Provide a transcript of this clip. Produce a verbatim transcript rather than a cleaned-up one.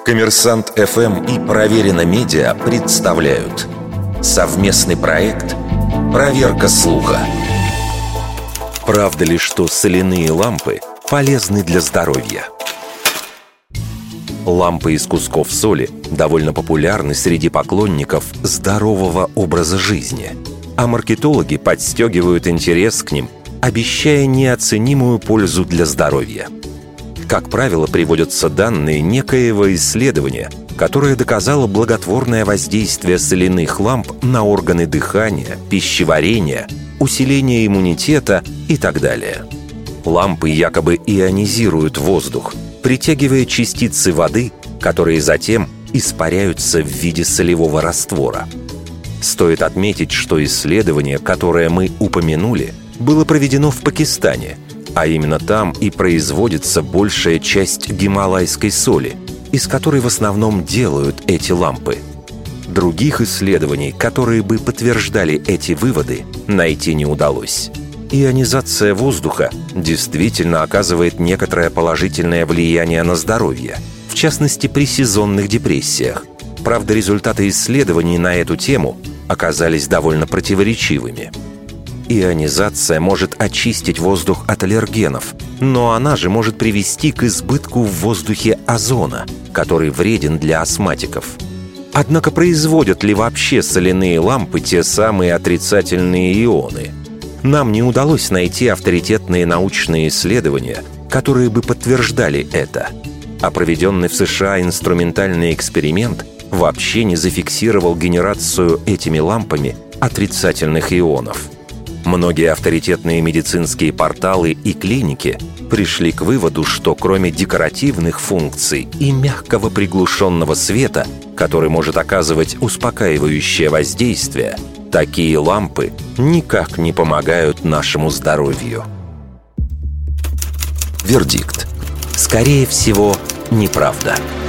Коммерсант эф эм и Проверено Медиа представляют совместный проект «Проверка слуха». Правда ли, что соляные лампы полезны для здоровья? Лампы из кусков соли довольно популярны среди поклонников здорового образа жизни, а маркетологи подстегивают интерес к ним, обещая неоценимую пользу для здоровья. Как правило, приводятся данные некоего исследования, которое доказало благотворное воздействие соляных ламп на органы дыхания, пищеварения, усиление иммунитета и так далее. Лампы якобы ионизируют воздух, притягивая частицы воды, которые затем испаряются в виде солевого раствора. Стоит отметить, что исследование, которое мы упомянули, было проведено в Пакистане, а именно там и производится большая часть гималайской соли, из которой в основном делают эти лампы. Других исследований, которые бы подтверждали эти выводы, найти не удалось. Ионизация воздуха действительно оказывает некоторое положительное влияние на здоровье, в частности при сезонных депрессиях. Правда, результаты исследований на эту тему оказались довольно противоречивыми. Ионизация может очистить воздух от аллергенов, но она же может привести к избытку в воздухе озона, который вреден для астматиков. Однако производят ли вообще соляные лампы те самые отрицательные ионы? Нам не удалось найти авторитетные научные исследования, которые бы подтверждали это. А проведенный в США инструментальный эксперимент вообще не зафиксировал генерацию этими лампами отрицательных ионов. Многие авторитетные медицинские порталы и клиники пришли к выводу, что кроме декоративных функций и мягкого приглушенного света, который может оказывать успокаивающее воздействие, такие лампы никак не помогают нашему здоровью. Вердикт. Скорее всего, неправда.